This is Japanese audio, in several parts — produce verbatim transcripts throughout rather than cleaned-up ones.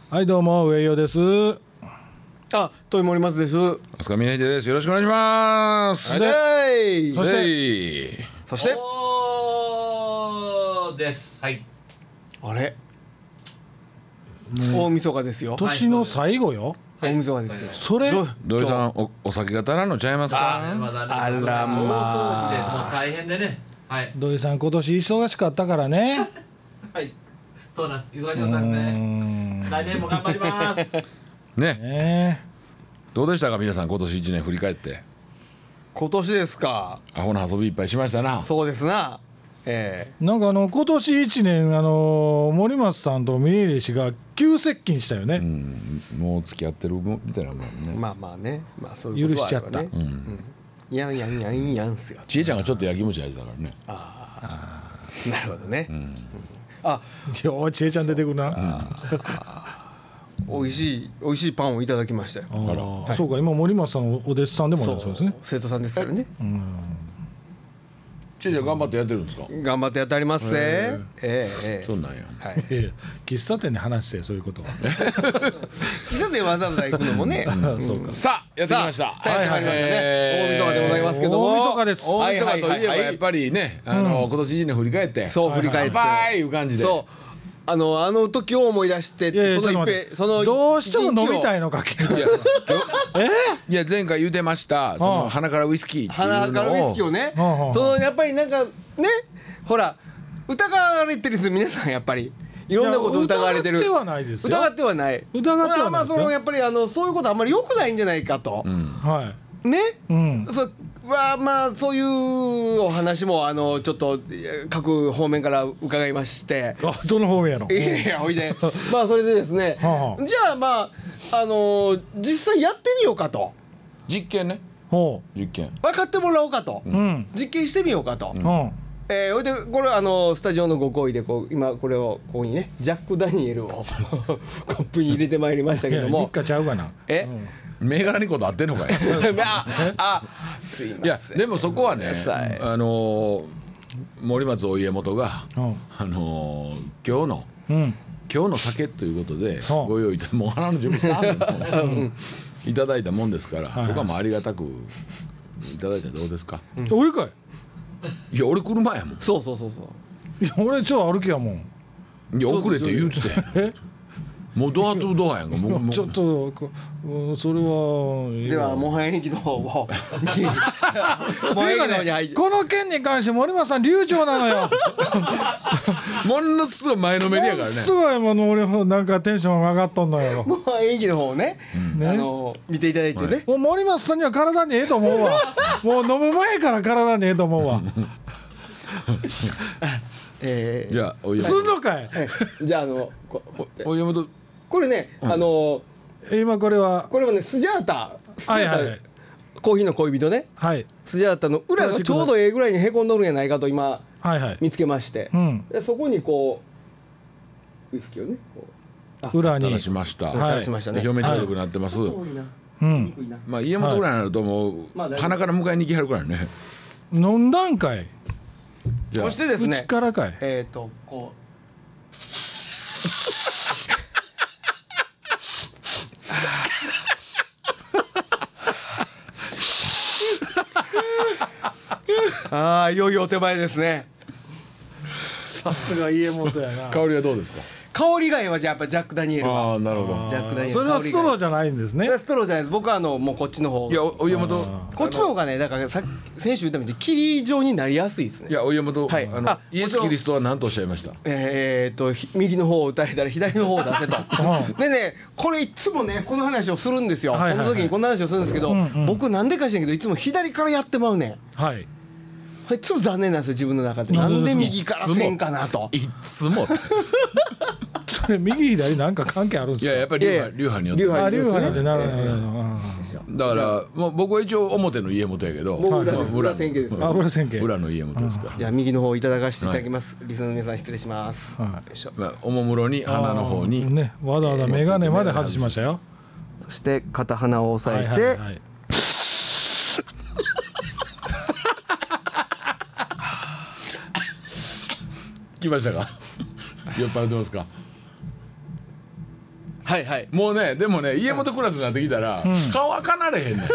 はいどうも上与です。 あ、豊森松です。 飛鳥峰秀です。よろしくお願いします。 はいそしてそしておーですはいあれ大晦日ですよ。 年の最後よ。 大晦日ですよ。 それぞ土井さん お, お酒が足らんのちゃいますか？ まだねあらまあ大掃除でもう大変でねはい土井さん今年忙しかったからね。 はいそうなんです忙しかったですね。来年も頑張りますね、 ねどうでしたか皆さん、今年いちねん振り返って。 今年ですか。 アホな遊びいっぱいしましたな。 そうですな。ええなんかあの今年いちねんあの森松さんと峰入氏が急接近したよね。 うん、もう付き合ってるみたいなもんえね。 まあまあね、まあそういうことはあるわね。 許しちゃったうんうんやんやんやんやんっすよ。 ちえちゃんがちょっとやきもち焼いてたからね。 なるほどね。あ、 いやちえちゃん出てくるな。 美味しい美味しいパンをいただきましたよ。 あーそうか今森松さんのお弟子さんでもあるそうですね。 生徒さんですからね。 ちえちゃん頑張ってやってるんですか？ 頑張ってやってありますぜ。ええええそんなんや。 はい。 いや喫茶店に話してそういうことは。 喫茶店わざわざ行くのもね。 そうか。 さあやってきました。 さあ、さあやってまいりましたね。 えー大晦日でございますけども。 大晦日です大晦日といえばはいはいはいやっぱりね、あの今年いちねん振り返って、 そう振り返って。 乾杯いう感じで。 そう。あのあの時を思い出してっいやいやて、そのちょっと待って一平そのどうしても飲みたい。 いのか君。 いやいや前回言うてましたその鼻からウイスキーっていう鼻からウイスキーのををね。 はあはあそのやっぱりなんかね、ほら疑われてるんです皆さんやっぱり。いろんなこと疑われてる。 いや疑ってはないですよ疑ってはない。 疑ってはないですよこれはまあそのやっぱりあのそういうことあんまり良くないんじゃないかと。 はね。 い。うん。 そうはまあそういうお話もあのちょっと各方面から伺いまして。 あどの方面やろ。 いやいやおいでまあそれでですね、 はあはあじゃあまああのー実際やってみようかと実験ねほ実験。 分かってもらおうかと、 う。うん。 実験してみようかと、 うん。 えー、おいでこれあのスタジオのご厚意でこう今これをここにねジャック・ダニエルをコップに入れてまいりましたいや一けども家ちゃうかな。 え、 銘柄にこと合ってんのかいああすいませんいやでもそこはねごめんなさいあのー森松お家元が、 うんあのー今日のうん。 今日の酒ということではあご用意いたもう花の準備したいただいたもんですから、 はいそこはもうありがたくいただいたらどうですか？ 俺かい。 いや俺車やもん。 そうそうそうそういや俺ちょっと歩きやもん。 いや遅れて言うてたやんえ？ もうドアトゥドアやんか。もうもうちょっとこうんそれは。 では模範演技の方を模と範いうか演技の方に入ってねこの件に関して森松さん流暢なのよ。 ものすごい前のめりやからね。 すごいもう俺なんかテンション上がっとんのよ。 模範演技の方をね、 ねあの見ていただいてね、 もう森松さんには体にええと思うわ。もう飲む前から体にええと思うわ。 えーじゃあお家すんのかい。 えじゃああのこお家元これね、あの今これはこれはねスジャータスジャータ、 はいはいはいコーヒーの恋人ねはいスジャータの裏がちょうどええぐらいにへこんどるんやないかと今はいはい。 見つけまして、 うん。 でそこにこうウイスキーをねこう裏に垂らしました、 はい垂らしましたね。 表面茶色くなってます、 多いなうん憎いなまあ家元ぐらいになるともう、 まあ大丈夫鼻から迎えに行きはるからね。 飲んだんかい。 じゃあそしてですうちねからかい。 えっ、ー、とこうああいよいよお手前ですね。 さすが家元やな。 香りはどうですか？ 香りがいいはじゃあやっぱジャック・ダニエルあはあなるほど。 ジャック・ダニエルそれはストローじじゃないんですね。 ゃストローじゃないです。僕はあのもうこっちの方いやおお家元こっちの方がねだからさ先週言ったみたいに霧状になりやすいですね。 いやお家元、 はいあのあイエス・キリストは何とおっしゃいました？ えー、っとひ右の方を打たれたら左の方を出せとでねこれいつもねこの話をするんですよ、 はいはいはいこの時にこんな話をするんですけど、 うんうん僕なんでか知らんけどいつも左からやってまうねん。 はい。 これいつも残念なんですよ自分の中で。 なでなんんで右からせんかなと。 いっつもそれ右左なんか関係あるんですか。 いややっぱり流いやいや派流派によって流派あ流派なんでなるほどなるほど。 だからもう僕は一応表の家元やけど、 もう裏まあです裏千家ですあ裏千家。 裏の家元ですから、 じゃあ右の方をいただかせていただきます、リスナーの皆さん失礼します、 はいよいしょ。 まあ、おもむろに鼻の方に、 ねわざわざ眼鏡まで外しましたよ。 そして片鼻を押さえて、 はいはいはい。 来ましたか酔っ払ってますか？ はいはい。 もうねでもね家元クラスになってきたら、顔あかなれへんねん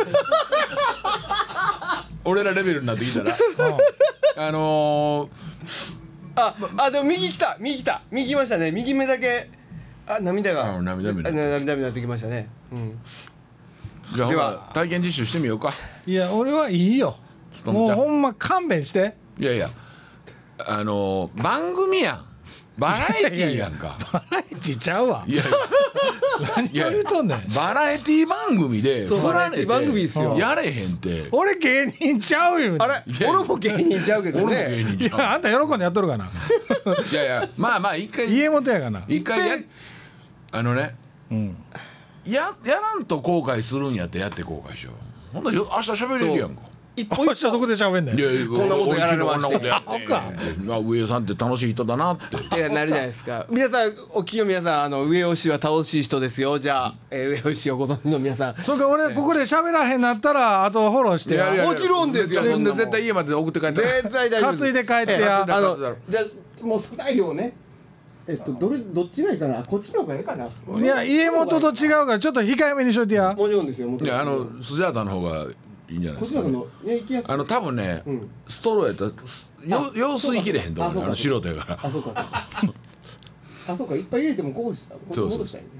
俺らレベルになってきたらあのー、 ああでも右来た右来た右来ましたね。右目だけあ涙があ涙目あ涙目になってきましたね。うん。 じゃあではほら体験実習してみようか。 いや俺はいいよ。もうほんま勘弁して。 いやいやあのー、番組やんバラエティーやんか。 バラエティーちゃうわ。 いやいや何を言うとんねん。 バラエティー番組でそう振られてバラエティ番組ですよやれへんって俺芸人ちゃうよ。 あれいや俺も芸人ちゃうけど俺も芸ね。 人ちゃういやあんた喜んでやっとるかな。 いやいやまあまあ一回家元やがな。 一回やあのねうん。 ややらんと後悔するんやってやって後悔しよう。ほんならよ明日喋れるやんか。 一歩一明日どこで喋んねん。 いやいやこんなことやられましてこんなことやってあかあ上尾さんって楽しい人だなってってなるじゃないですか。皆さんお聞きの皆さんあの上尾氏は楽しい人ですよ。じゃあ、えー、上尾氏をご存知の皆さん。 それか俺ここで喋らへんなったらあとフォローしてや。 いやいやもちろんですよ。 絶対そんなもん絶対家まで送って帰って絶対大丈夫です。 担いで帰ってや。 えあの担いでじゃあもう少ない量ね。えっとどれどっちがいいかな。こっちの方がいいかな。 いや家元と違うからちょっと控えめにしといてや。 もちろんですよ。もちろんいやあのスジャータの方がいいんじゃないこっちですか。 の方がね行きやすい。 あの多分ね、 うんストローやったらすよ用水切れへんと思う。 あそうかあの素人やから。 あそうかそうか。あそうかいっぱい入れてもこうした。こそうそうこ戻したいね。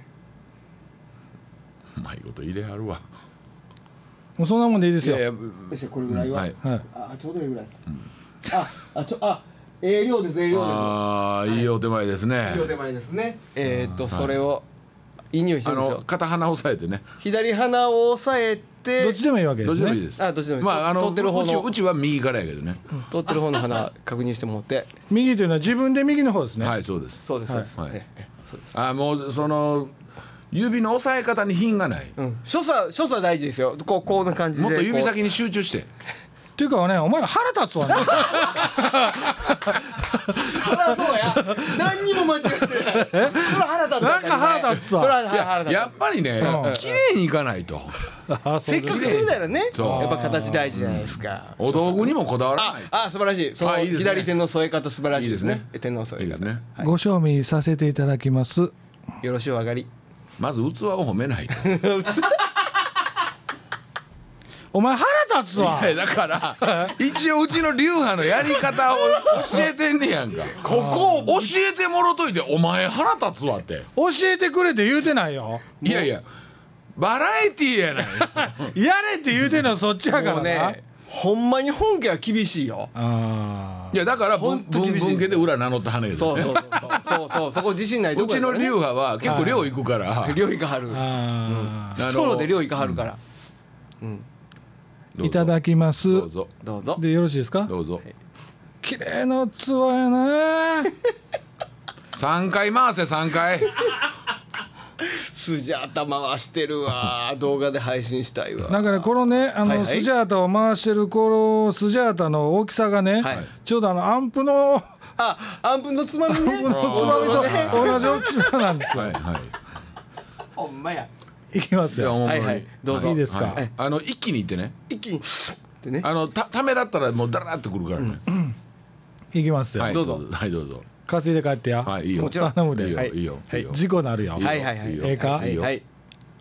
うまいこと入れはるわ。 もうそんなもんでいいですよ。 いやいやよしこれぐらいは。 はいはい。 あちょうどいいぐらいです。ああちょあええ量ですええ量です。 ああいいお手前ですね。 両手前ですね。えーっとそれをいい匂いしてあるんですよ。 の片鼻押さえてね。 左鼻を押さえて。 どっちでもいいわけどですね。 っちでもいいです。 あどっちでもいいまああの通ってる方のうちうちは右からやけどね。 通ってる方の鼻確認してもらって。 右というのは自分で右の方ですね。 はいそうです。 そうですそうです。 はいええそうです。 あもうその指の押さえ方に品がない。 うん。所作所作大事ですよ。こうこんな感じで。 もっと指こう先に集中して。 っていうかねお前ら腹立つわね。 そりゃそうや。何にも間違ってない。それ腹立つ。 なんか腹立つわそれはい腹立つ。 ややっぱりねうん綺麗にいかないと。 あそうですせっかくするならね。 そうやっぱ形大事じゃないですか。 お道具にもこだわらあない。 あ素晴らしい。そのあいいですね左手の添え方素晴らしいですねいいです。 手の添え方。 いいですね。 ご賞味させていただきます。 よろしゅう上がり。 まず器を褒めないと。 お前腹立つわ。 いやだから一応うちの流派のやり方を教えてんねやんか。ここを教えてもろといてお前腹立つわって教えてくれて言うてないよ。 いやいやバラエティーやないやれって言うてんのはそっちやかもうらな。 ねほんまに本家は厳しいよ。 あいやだからほん文と厳しい文家で裏名乗った花やけどねそうそうそうそうそうそこ自信ないとうちのこやからね流派は結構量いくから量いかはるーああのストローで量いかはるからー。いただきます。 どうぞどうぞでよろしいですか。 どうぞ綺麗な器やな。 さんかい回せさんかいスジャータ回してるわ動画で配信したいわだからこのねあの、 はいはいスジャータを回してる頃スジャータの大きさがね、 はいちょうどあのアンプのあアンプのつまみねアンプのつまみと同じ大きさなんですよ。 はいはいほんまやいきますよ。 いやほんまにはいはいどうぞいいですか。 はいあの一気にいってね一気にってねあのたためらったらもうダラッとくるからねいきますよ。 はいどうぞはいどうぞ担いで帰ってや。 はいいいよもちろん頼むで。 はいいいよいいよはいいいよ事故なるよ。 いいよはいはいはいいいよええかいいよはい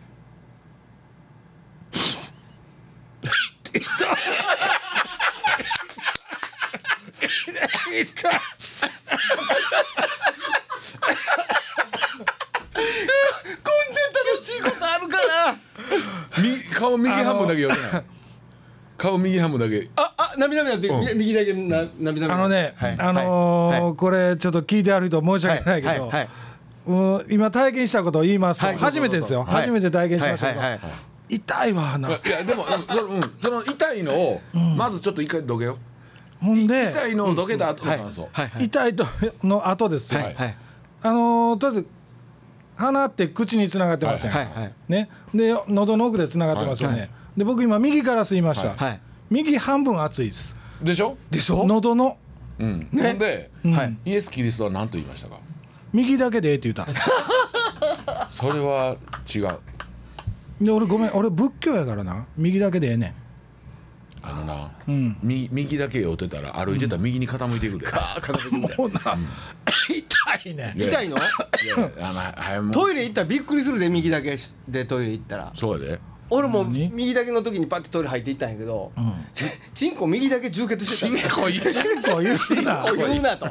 こんな楽しいことあるかな右顔右半分だけよくない顔右半分だけああ涙目なってうん右だけな涙目あのね、 はいあのーはいこれちょっと聞いてある人申し訳ないけど、 はいはいはいうん今体験したことを言いますと、 はい初めてですよ、 はい初めて体験しましたけど、 はいはいはい痛いわな。 いやでもうんその,、うん、その痛いのをまずちょっと一回どけよほんで痛いのをどけた後の感想はいはい痛いとの後ですよ、 はいはいあのーとりあえず鼻って口につながってますよ、 はいはいね、で喉の奥でつながってますよね、 はいで僕今右から吸いました、 はい右半分熱いですでしょでしょ喉の、 うんほんで、 はいイエス・キリストは何と言いましたか右だけでええって言ったそれは違うで俺ごめん俺仏教やからな右だけでええねあのな、 ん、うん、 右右だけ寄ってたら歩いてたら右に傾いていくで、 あ傾いてくんだよもうな、痛いね。 痛いの？ いやあの早もトイレ行ったらびっくりするで、右だけでトイレ行ったら。 そうやで俺も何右だけの時にパッてトイレ入っていったんやけど、ちチンコ右だけ充血してた。 チンコいいこう言うな。 こう言うなと。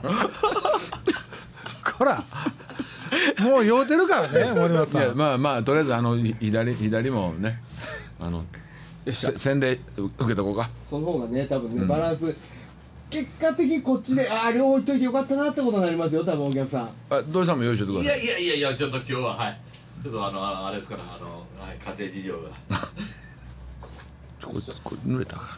こらもう酔うてるからね森松さん。 いやまあまあとりあえずあの左左もねあのよっしゃせ洗礼受けとこうか。 その方がね多分ねバランス、結果的にこっちでああ両方置いといてよかったなってことになりますよ多分お客さん。 あ土井さんも用意しておいてください。 いやいやいやいやちょっと今日ははいちょっとあのああれですからあの、はい、家庭事情がちょこれこれ濡れたか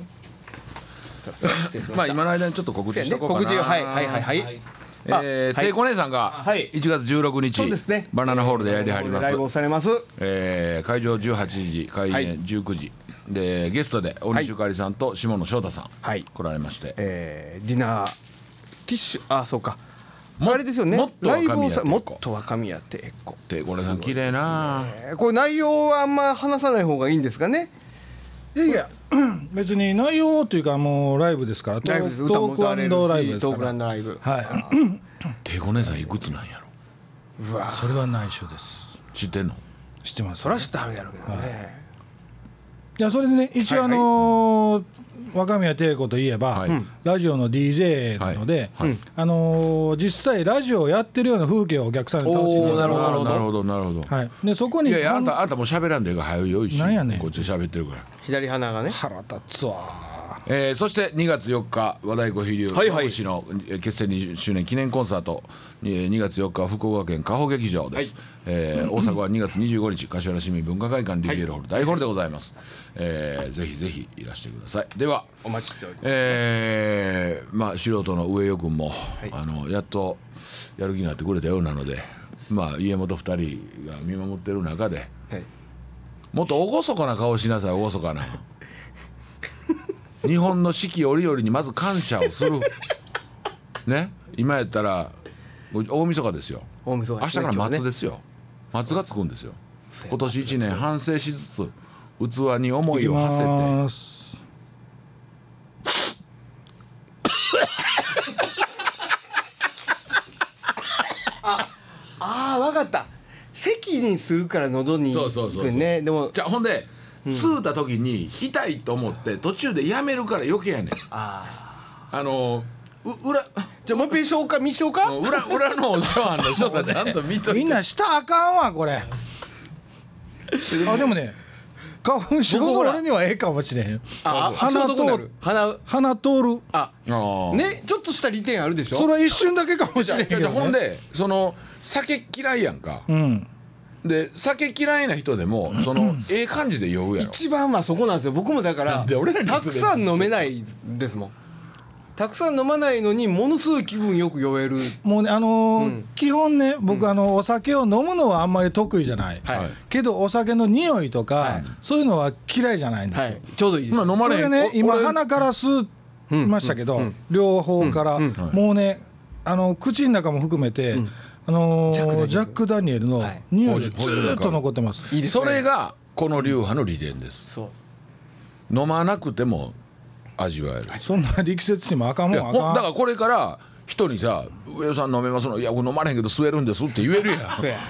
失礼しな。まあ今の間にちょっと告知しとこうかな。 告知をはいはいはいはい。 はいえー、 はいていこ姉さんがはいいちがつじゅうろくにち、 そうですね。 バナナホールでやりはりますライブをされます。 えー会場じゅうはちじ開はい演じゅうくじ、でゲストで大西ゆかりさんと下野翔太さん、 はい来られまして、 えー、ディナーティッシュあそうか。 もあれですよね。 もっとライブをさ若宮もっと若宮ってこ。 ていこ姉さん綺麗な、 えーこれ内容はあんま話さない方がいいんですかね。 いやいや別に内容というかもうライブですから。トライブです。 ー歌も歌われるクライブし、トークラですから。 ンドライブ。 はいていこ姉さんいくつなんやろうわ。 それは内緒です。 知ってんの？ 知ってます。 そら知ってはるやろうけどね。 いやそれでね一応はいはいあのー若宮帝子といえば、 はいラジオの ディージェー なので、 はいはいあのー実際ラジオをやってるような風景をお客さんに楽しんでおーなるほどあーなるほどなるほど、 はい、でそこにいやいやあんこのたあんたもう喋らんでええから早いよいしなんやねんこっちで喋ってるから、 左鼻がね。 腹立つわえーそしてにがつよっか和太鼓飛龍はいはい野口のえー結成にじゅっしゅうねん記念コンサート、えーにがつよっかは福岡県加穂劇場です、えー大阪はにがつにじゅうごにち柏原市民文化会館 ディーピーエル ホール大ホールでございます、えーぜひぜひいらしてください。ではお待ちしております。 えーまあ素人の上与君も、あのやっとやる気になってくれたようなので、まあ家元ふたりが見守ってる中ではい。 もっと厳かな顔しなさい。厳かな日本の四季折々にまず感謝をするね。今やったら大晦日ですよ。 大晦日明日から松で。 ですよ。松がつくんですよ。 そう今年一年反省しつつ器に思いきいを馳せてますああわかった。席にするから喉にそうそうそうそう行くね。でもじゃあほんで、吸うた時に痛いと思って途中でやめるから余計やねん。 ああのう裏ーじゃあもう一遍消化見しようか。 裏裏のお世話の所作ちゃんと見といて。 みんなしたらあかんわこれあでもね花粉症の俺にはええかもしれへんあ鼻鼻どこになとる。鼻鼻通るああーねちょっとした利点あるでしょ。 それは一瞬だけかもしじゃあじゃあれへんけど、ね、 ほんでその酒嫌いやんか。 うんで酒嫌いな人でもそのええ感じで酔うやろ。 一番はそこなんですよ。僕もだかならんで俺らにたくさん飲めないですもん。たくさん飲まないのにものすごい気分よく酔える。 もうねあのーうん基本ね僕、あのお酒を飲むのはあんまり得意じゃない、 はいけどお酒の匂いとか、 はいそういうのは嫌いじゃないんですよ、 はいちょうどいいです。 今飲まれへん。 これねお俺今鼻から吸いましたけど、両方から、もうねあの口の中も含めて、あのージャック・ダニエルのはい匂いがずーっと残ってます、 いいですね。 それがこの流派の利点です。 そう。 飲まなくても味わえる。 そんな力説してもあかんいやもんあかんほんだからこれから人にさ「上尾さん飲めますの?」「いや僕飲まれへんけど吸えるんです」って言えるやん。 そうや。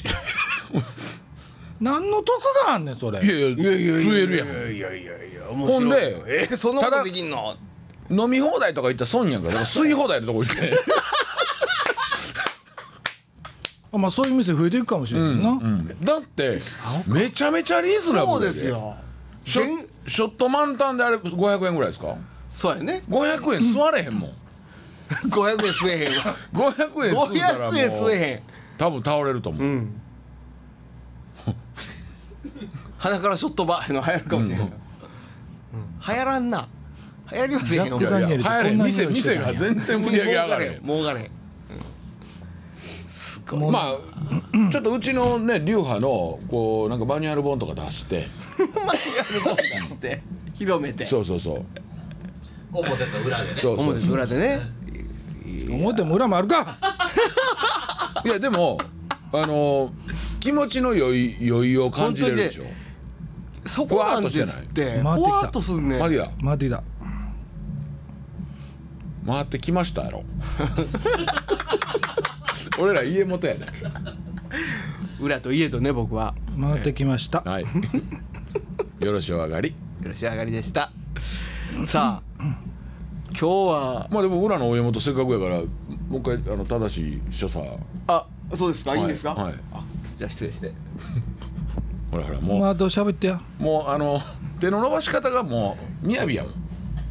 何の得があんねんそれいやいや吸えるやん。 いやいやいやいや面ほんで白いよ。えーそんなことできんの。 飲み放題とか言ったら損やんか。だから吸い放題のとこ行ってあまあそういう店増えていくかもしれんな、 うんだってめちゃめちゃリーズナブそうルですよ。 ショ現ショット満タンであれごひゃくえんぐらいですか。 そうやね。 ごひゃくえん吸われへんもん。 ごひゃくえん吸えへんわ。 ごひゃくえんごひゃ吸うたらもくえん吸えうへん。 多分倒れると思う、 うん。鼻からショットバーの流行るかもしれない。うん流行らんな。流行りませんよ。 ジャックダニエルいやいや流行れへんこんな店匂いしてたんや店が全然売り上げ上がれへん。 儲かれへん。 もうまあちょっとうちのね流派のこうなんかマニュアル本とか出してマニュアル本出して広めて。 そうそうそう表と裏でねそうそう表と裏でね。 表も裏もあるかいやでもあの気持ちの良い良いを感じれるでしょ。 そこなんですって。 ふわーっとしてないふわーっとすんね。 マディア待ってきた回ってきましたやろ。 俺ら家元やね。 裏といえどね僕は。 回ってきました。 はい。よろしお上がり。 よろし上がりでした。さあ今日はまあでも裏のお家元せっかくやからもう一回あの正しい所作。 あそうですか、 はいいいんですか。 はい。 あじゃあ失礼して。 ほらほらもうまあどう喋ってや。 もうあの手の伸ばし方がもう雅やもん。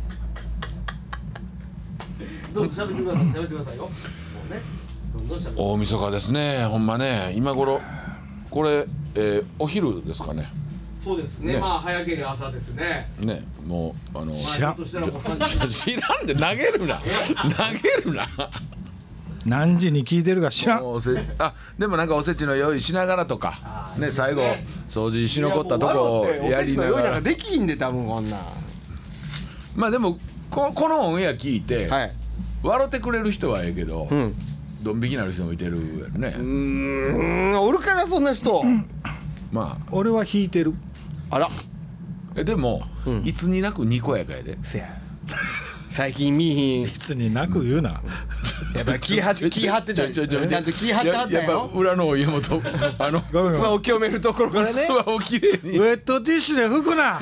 どうぞ喋ってください喋ってくださいよ。もうねどんどん喋って。 大晦日ですね。ほんまね今頃これ、えー、お昼ですかね。 そうですね。 ねまあ早ければ朝ですね。 ねもうあの知らんまあひょっとしたらもうさんじ知らんで投げるな投げるな。 何時に聞いてるか知らん。 もうおせあでもなんかおせちの用意しながらとかね最後掃除し残ったとこをやりながらおせちの用意なんかできんで多分こんなん。 まあでもここのオンエア聞いて、 はい。 笑ってくれる人はええけど、 うん。 ドン引きになる人もいてるやろね、 うーんおるからそんな人。 まあ俺は引いてる。 あら。 えでも、 うんいつになくにこやかやで。 せや。最近見いひん。 いつになく言うな。 やっぱ気張って気張ってた。 ちょちょちょちゃんと気張ってはったややっよぱ。裏の家元あのごめんごめん。 器を清めるところからね。 器をきれいにウェットティッシュで拭くな。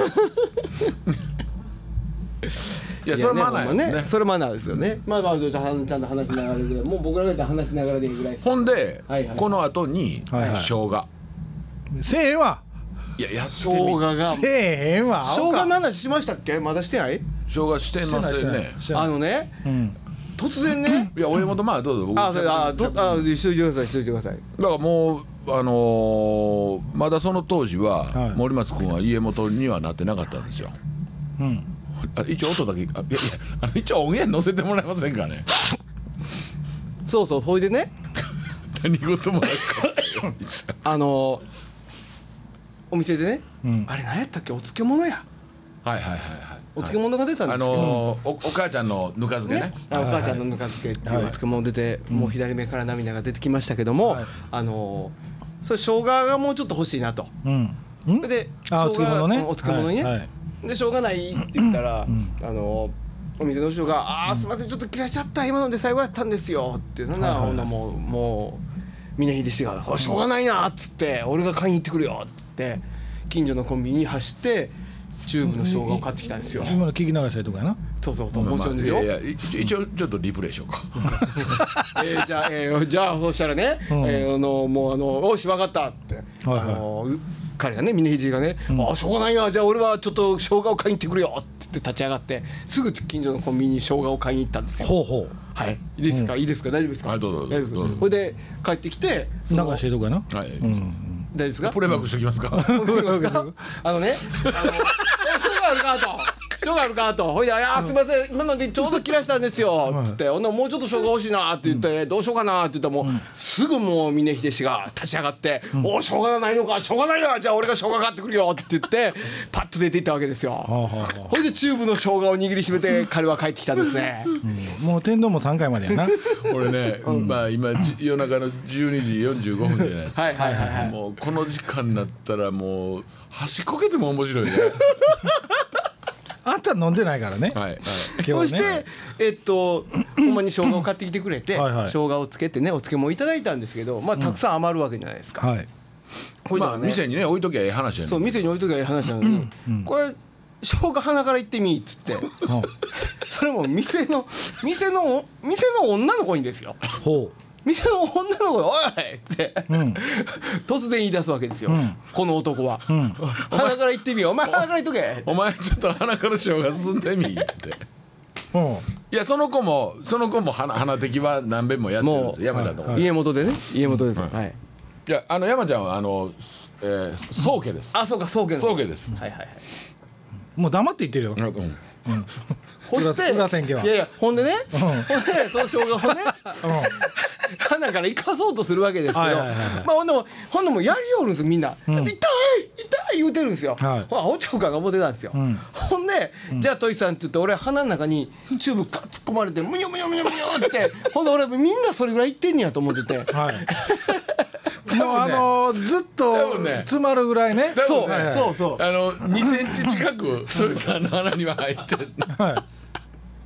いやそれマナーやいやねほんまねねそれマナーですよね。まあまあちょっとちゃんと話しながらでもう僕らが言ったら話しながらでいいぐらいです。 ほんで、 はいはいこの後に、 はいはい生姜せえへんわ。 いややって生み姜がせえへんわ。 生姜の話しましたっけ。まだしてない。 生姜してませんね。 してないあのねうん。 突然ね。 いやお家元まあどうぞ僕あそれあどあしといてくださいしといてください。 だからもうあのーまだその当時は、 はい森松君は家元にはなってなかったんですよ。 うん。 あ一応音だけあいやいやあの一応音源載せてもらえませんかね。 そうそうほいでね何事もなかったようにした。 あのお店でね、 うんあれ何やったっけお漬物やはいはいはいはい。 お漬物が出たんであすけど、 のーおお母ちゃんのぬか漬けね。 ね、あお母ちゃんのぬか漬けっていうはいお漬物出て、もう左目から涙が出てきましたけども、 はいあのそれ生姜がもうちょっと欲しいなと。 うん。んそれであお生姜漬物ね。 うんお漬物にね、 はいはいでしょうがないって言ったら、 んあのお店の人が「あーすいませんちょっと切らしちゃった今ので最後やったんですよ」っていうのが、 はいはいはいほんなもうもう峰秀氏が「しょうがないな」っつって「俺が買いに行ってくるよ」っつって近所のコンビニに走ってチューブの生姜を買ってきたんですよ。 今の聞き流したいとこやな。 そうそうそう、 まあもちろんですよ。 いやいや一応一応ちょっとリプレイしようか。 えーじゃあ、えーじゃあそうしたらね、 うんえーあのもうあのおし分かったって、 はいはいあのう彼がね峰秀がね、 んあしょうがないなじゃあ俺はちょっと生姜を買いに行ってくるよって言って立ち上がってすぐ近所のコンビニに生姜を買いに行ったんですよ。 ほうほはいいいですか、いいですか大丈夫ですか。 はいどうぞ大丈夫ですどうぞそれで帰ってきてう。 その流していとこやな。 はい。 大うん。 丈夫ですか。 プレイバックしておきますか。 どういうことですかあのね、あの生姜あるかと。生姜あるかと。ほいで、あーすみません、今のでちょうど切らしたんですよ。つって、ほんならもうちょっと生姜欲しいなって言って、どうしようかなって言ったら、もう、すぐもう峰秀氏が立ち上がって、お、生姜がないのか、生姜ないな、じゃあ俺が生姜買ってくるよって言って、パッと出ていったわけですよ。 はあはあはほいで、チューブの生姜を握りしめて、彼は帰ってきたんですね。 あ。もう天童もさんかいまでやな。 俺ね、まあ今じ夜中のじゅうにじよんじゅうごふんじゃないですか。 はいはいはいはい。 もうこの時間になったらもう端こけても面白いね。 あんた飲んでないからね。 はいはい。 そして、 今日ね。 えっと、ほんまに生姜を買ってきてくれて、 はいはい生姜をつけてね、お漬物いただいたんですけど、まあ、たくさん余るわけじゃないですか。 はい。 まあほいでね店にね置いときゃええ話やねん。 そう店に置いときゃいい話なのに、これ生姜鼻から行ってみっつってほそれも店の店の店の女の子にですよ。 う。ほ店の女の子が「おい!」って、 うん突然言い出すわけですよ、 うんこの男は、 う。うん。 鼻から行ってみようお前鼻から行っとけお前ちょっと鼻から塩が進んでみって。 ほいやその子もその子も鼻鼻的は何遍もやってるんですよ山ちゃんのとこ。 はい家元でね家元です、 はいはい、 いやあの山ちゃんはあの、えー、宗家です。 あそうか宗家の宗家です。 はいはいはいう。もう黙って言ってるよ。 うんそして裏千家はいやいやほんでね、 うんほんでその生姜をね鼻から生かそうとするわけですけど、 はいはいはいはいまあほんでもほんでもやりよるんですみんな、 ん痛い痛い言うてるんですよ、 はいほら青ちゃうかが思ってたんですよ、 んほんで、じゃあトイさんって言って俺鼻の中にチューブガッ突っ込まれてむにょむにょむにょむにょってほんで俺みんなそれぐらい言ってんねやと思っててはい。もうあのーずっ多と分ね詰まるぐらいね。 そう、 はいはいそうそうあのにセンチ近くソイさんの鼻には入ってる。 はい。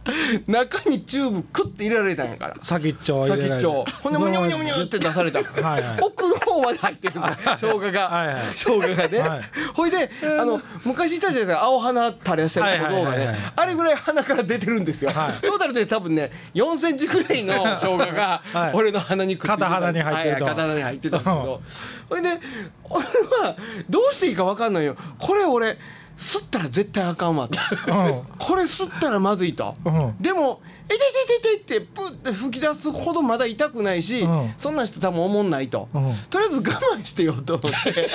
中にチューブクッて入れられたんやから先っちょを入先れられてっちょほんでむにゅむにゅむにゅって出されたんですよはいはい奥の方まで入ってるんです生姜が、 はいはい生姜がね、 はいほいであの昔いたじゃないですか青鼻垂れしたり小僧がねはいはいはいはいあれぐらい鼻から出てるんですよ、 はいトータルで多分ねよんセンチぐらいの生姜がはい俺の鼻にくっついてた片鼻に入ってるとはいはい片鼻に入ってたんですけどほいで俺はどうしていいか分かんないよこれ俺吸ったら絶対あかんわとうんこれ吸ったらまずいと、 うんでも「えてててて」ってプッて吹き出すほどまだ痛くないし、 うんそんな人多分思んないと、 うんとりあえず我慢してよと思ってず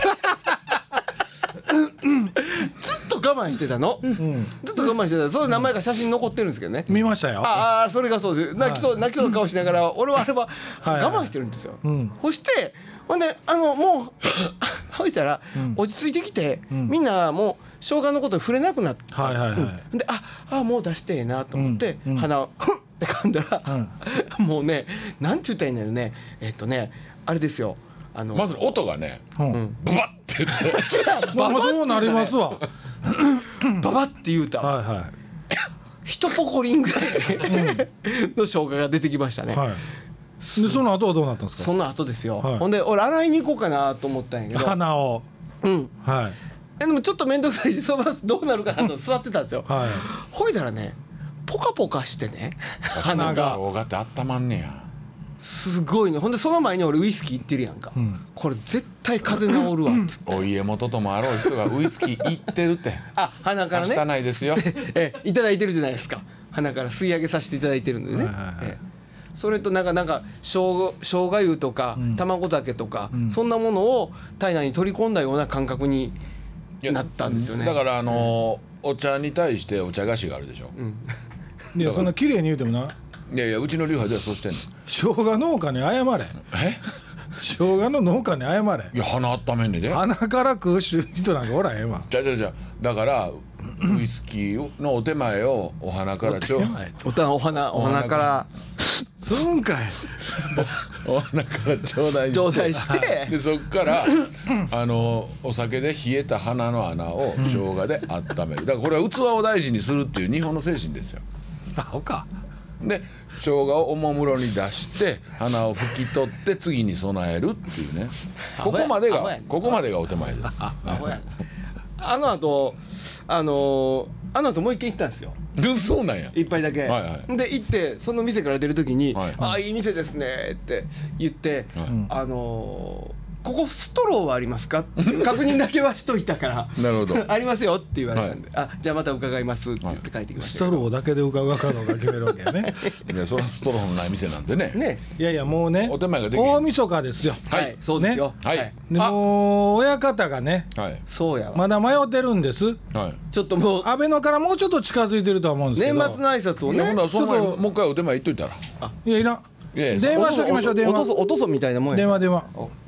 っと我慢してたの、ずっと我慢してたその名前が写真残ってるんですけどね、 見ましたよああそれがそうです泣きそう、泣きそうな顔しながら俺はあれははい我慢してるんですよ、 うんそしてほんであのもうそしたら落ち着いてきて、 んみんなもう生姜のことに触れなくなった、 はいはいはいうんでああもう出してええなと思って、 うんうん鼻をふんって噛んだら、もうねなんて言ったらいいんだろうねえっとねあれですよあのまず音がねうんブバッて言ってまあそうなりますわババって言うた、 はいは一ポコリンぐらいの生姜が出てきましたね、 いはいでその後はどうなったんですかその後ですよ、 はいほんで俺洗いに行こうかなと思ったんやけど鼻をうんはいえでもちょっと面倒くさいしそのままどうなるかなと座ってたんですよ、 はいほいだらねポカポカしてね鼻が生姜ってあったまんねやすごいねほんでその前に俺ウイスキー行ってるやんか、 んこれ絶対風邪治るわっつってお家元ともあろう人がウイスキー行ってるってあ鼻からねはしたないですよえいただいてるじゃないですか鼻から吸い上げさせていただいてるんでね、 はいはいはいええそれとなんかなんか生姜生姜湯とか卵酒とか、そんなものを体内に取り込んだような感覚になったんですよねだからあのーお茶に対してお茶菓子があるでしょ、 いやそんな綺麗に言うてもないやいやうちの流派ではそうしてんの生姜農家に謝れえ生姜の農家に謝れいや鼻あっためんねんで鼻から食う人なんかおらへんわじゃあじゃあじゃあだからウイスキーのお手前をお花からちょおたお花お花からすんかいお花から頂戴して頂戴してでそっからあのお酒で冷えた鼻の穴を生姜で温めるだからこれは器を大事にするっていう日本の精神ですよアホかで生姜をおもむろに出して鼻を拭き取って次に備えるっていうねここまでがアホやねここまでがお手前ですアホやなあの後あのーあの後もう一軒行ったんですよでそうなんや一杯だけ、 はいはいで行ってその店から出る時に「 はいああいい店ですね」って言って「 はいあのーここストローはありますか?」っていう確認だけはしといたから「 なるほどありますよ」って言われたんで「あじゃあまた伺います」って言って帰ってきましスたけど、 トローだけで伺うかどうか決めるわけやねいやそれはストローのない店なんでねねいやいやもうねお手前ができへん大晦日ですよはい、 はいそうですよ、 ねはいであもう親方がねはいそうやわ、 まだ迷ってるんですはいちょっともう安倍のからもうちょっと近づいてるとは思うんですけど年末の挨拶をいやほんなねらその前にちょっともう一回お手前行っといたらいやいらんいやいや電話しときましょう電おとそ話おとそみたいなもんや電話電話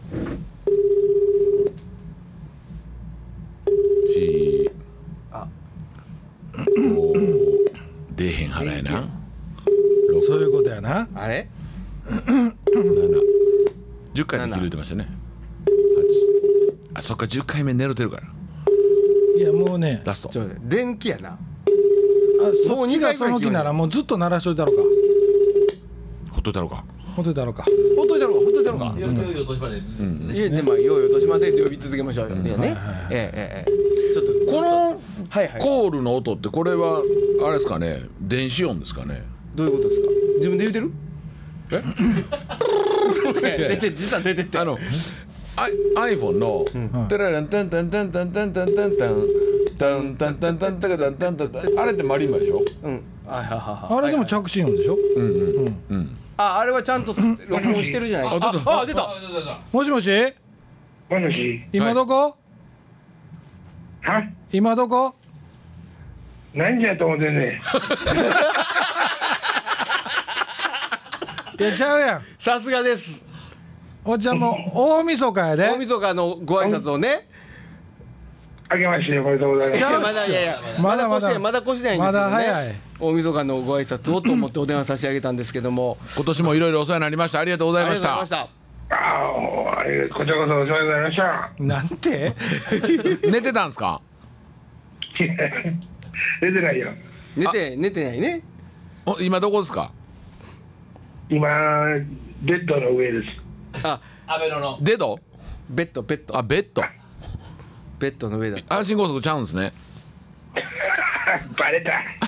しあお出えへん腹やなそういうことやなあれななじゅっかいできる言ってましたねはちあそっかじゅっかいめ寝ろてるからいやもうねラストちょっと待って電気やなあそっちがその気ならもうずっと鳴らしといたろかほっといたろうかほっといたろかほっといたろうかほっといたろうか、 よいよいよ年まで、ねいやでもよいよ年まで呼び続けましょうよ、ねね、 はいはいはいええええちょっとこのはいはいコールの音ってこれはあれですかね電子音ですかねどういうことですか自分で言うてるえ出て実は出てってあのアイ iPhone のんテラランタンタンタンタンタンタンタンタンタンタンタンタンタンタンタンタンタンあれってマリンバでしょうんはいはいはいあれでもはいはい着信音でしょうんうんうんああれはちゃんと録音してるじゃないあ出たああ出たあ出た出たもしもしもしもし、 今どこは今どこ何時やと思ってんねん。 いやちゃうやんさすがですおっちゃんも大晦日やで大晦日のご挨拶をねあけましておめでとうございます。 いやまだいやいやまだまだまだ越してないまだ越してないんですまよねだ早い大晦日のご挨拶をと思ってお電話差し上げたんですけども今年もいろいろお世話になりましたありがとうございましありがとうございたましたああ、もうあれこちらこそお世話になりました。 なんて寝てたんすか出てないよ。 寝て寝てないね。 お今どこですか？ 今ベッドの上です。 あ、 アベノのデド？ ベッドベッドあベッド。 ベッドの上だ。 阪神高速ちゃうんですね。 バレた。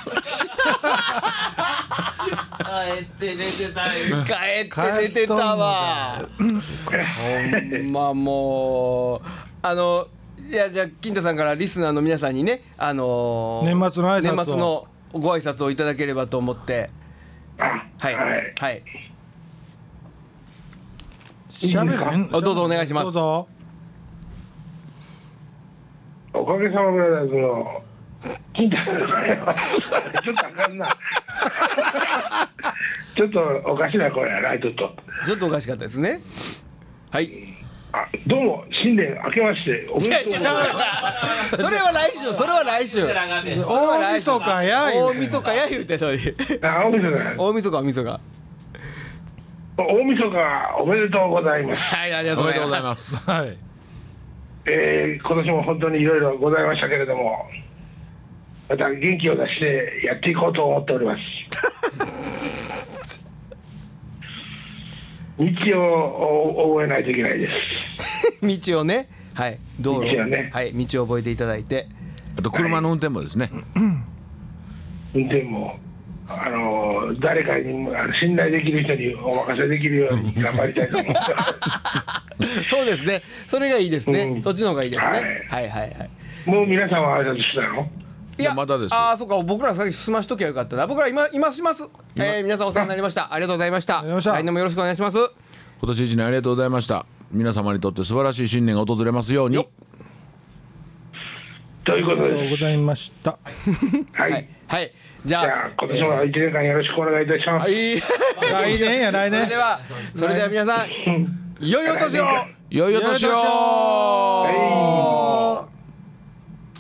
帰って寝てたよ。 帰って寝てたわ。ほんまもうあのいやじゃあ金太さんからリスナーの皆さんにねあのー、 年末の挨拶を年末のご挨拶をいただければと思ってあ、 はいはい。 はいしゃべるんあどうぞお願いしますどうぞ。 おかげさまブラザーズの金太ちょっとあかんな。ちょっとおかしな声やなちょっと。 ちょっとおかしかったですね。はいあ、どうも新年明けましておめでとうございます。 それは来週それは来週それは大晦日や言うて大晦日や言うてのにあ、大晦日。 大晦日大晦日大晦日おめでとうございます。 はいありがとおめでとうごうございまざいます。 はい。 えー、今年も本当にいろいろございましたけれども、また元気を出してやっていこうと思っております。道を覚えないといけないです。 す道をねはい道路道をねはい道を覚えていただいてあと車の運転もですね。 運転もあの誰かにあの信頼できる人にお任せできるように頑張りたいと思います。 そうですねそれがいいですね、 うんそっちの方がいいですね、 ははいい、はいはいもう皆さんは挨拶したの？ いやまだですああそうか僕ら先済ましときゃよかったな僕ら今今します、えー、皆さんお世話になりましたありがとうございましたありがとうございました来年もよろしくお願いします今年一年ありがとうございました。皆様にとって素晴らしい新年が訪れますように。 ということありがとうごです。 ざいました。 はい。 はい、はい、じゃあじゃあ今年も一年間よろしくお願いいたします。 はい来年や来年それで。はそれでは皆さん良いお年を良いお年を。